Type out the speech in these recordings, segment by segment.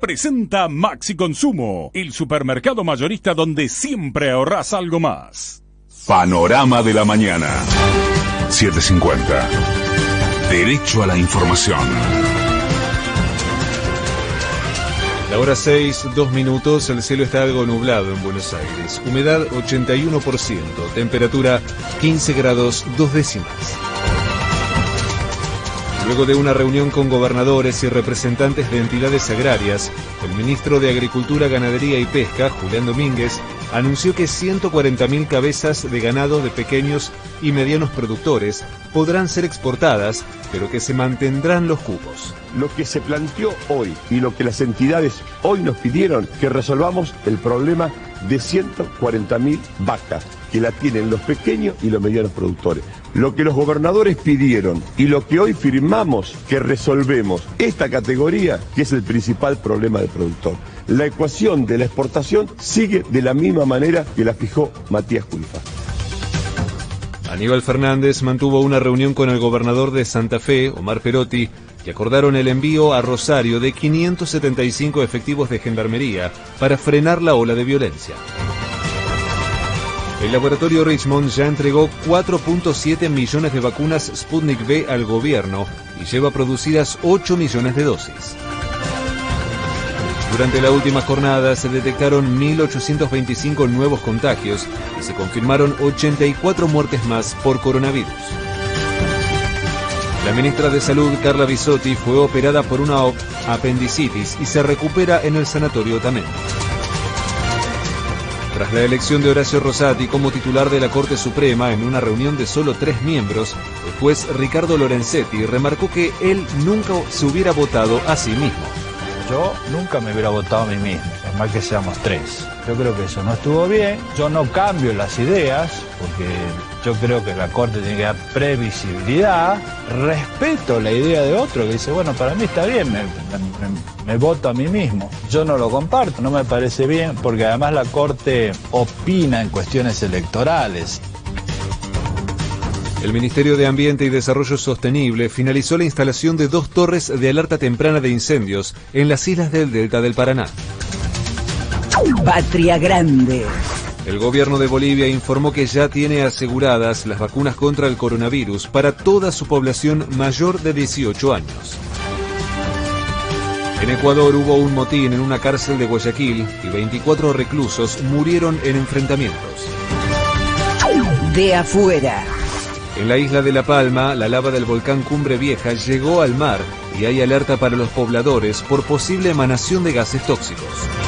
presenta Maxi Consumo, el supermercado mayorista donde siempre ahorrás algo más. Panorama de la mañana. 7:50. Derecho a la información. La hora 6, 2 minutos, el cielo está algo nublado en Buenos Aires. Humedad 81%, temperatura 15 grados 2 décimas. Luego de una reunión con gobernadores y representantes de entidades agrarias, el ministro de Agricultura, Ganadería y Pesca, Julián Domínguez, anunció que 140.000 cabezas de ganado de pequeños y medianos productores podrán ser exportadas, pero que se mantendrán los cupos. Lo que se planteó hoy y lo que las entidades hoy nos pidieron, que resolvamos el problema de 140.000 vacas que la tienen los pequeños y los medianos productores. Lo que los gobernadores pidieron y lo que hoy firmamos, que resolvemos esta categoría, que es el principal problema del productor. La ecuación de la exportación sigue de la misma manera que la fijó Matías Culfas. Aníbal Fernández mantuvo una reunión con el gobernador de Santa Fe, Omar Perotti, que acordaron el envío a Rosario de 575 efectivos de gendarmería para frenar la ola de violencia. El laboratorio Richmond ya entregó 4.7 millones de vacunas Sputnik V al gobierno y lleva producidas 8 millones de dosis. Durante la última jornada se detectaron 1.825 nuevos contagios y se confirmaron 84 muertes más por coronavirus. La ministra de Salud, Carla Bisotti, fue operada por una apendicitis y se recupera en el sanatorio Tamén. Tras la elección de Horacio Rosati como titular de la Corte Suprema en una reunión de solo 3 miembros, el juez Ricardo Lorenzetti remarcó que él nunca se hubiera votado a sí mismo. Yo nunca me hubiera votado a mí mismo, por más que seamos 3. Yo creo que eso no estuvo bien. Yo no cambio las ideas, porque yo creo que la Corte tiene que dar previsibilidad. Respeto la idea de otro que dice, bueno, para mí está bien, me voto a mí mismo. Yo no lo comparto, no me parece bien, porque además la Corte opina en cuestiones electorales. El Ministerio de Ambiente y Desarrollo Sostenible finalizó la instalación de 2 torres de alerta temprana de incendios en las islas del Delta del Paraná. Patria Grande. El gobierno de Bolivia informó que ya tiene aseguradas las vacunas contra el coronavirus para toda su población mayor de 18 años. En Ecuador hubo un motín en una cárcel de Guayaquil y 24 reclusos murieron en enfrentamientos. De afuera. En la isla de La Palma, la lava del volcán Cumbre Vieja llegó al mar y hay alerta para los pobladores por posible emanación de gases tóxicos.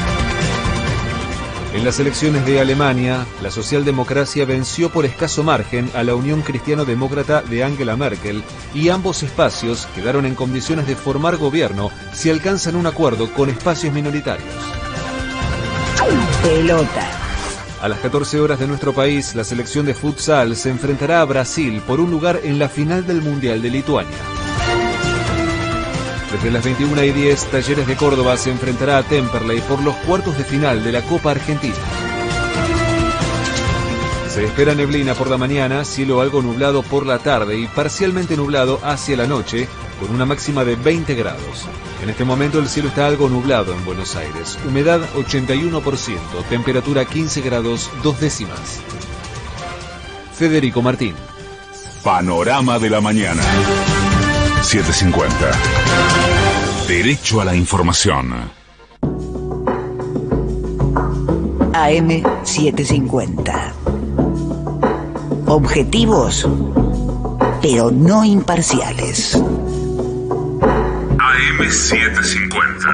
En las elecciones de Alemania, la socialdemocracia venció por escaso margen a la Unión Cristiano-Demócrata de Angela Merkel y ambos espacios quedaron en condiciones de formar gobierno si alcanzan un acuerdo con espacios minoritarios. Pelota. A las 14 horas de nuestro país, la selección de futsal se enfrentará a Brasil por un lugar en la final del Mundial de Lituania. Desde las 21:10, Talleres de Córdoba se enfrentará a Temperley por los cuartos de final de la Copa Argentina. Se espera neblina por la mañana, cielo algo nublado por la tarde y parcialmente nublado hacia la noche, con una máxima de 20 grados. En este momento el cielo está algo nublado en Buenos Aires. Humedad 81%, temperatura 15 grados 2 décimas. Federico Martín. Panorama de la mañana. 7:50. Derecho a la información. AM 750. Objetivos, pero no imparciales. AM 750.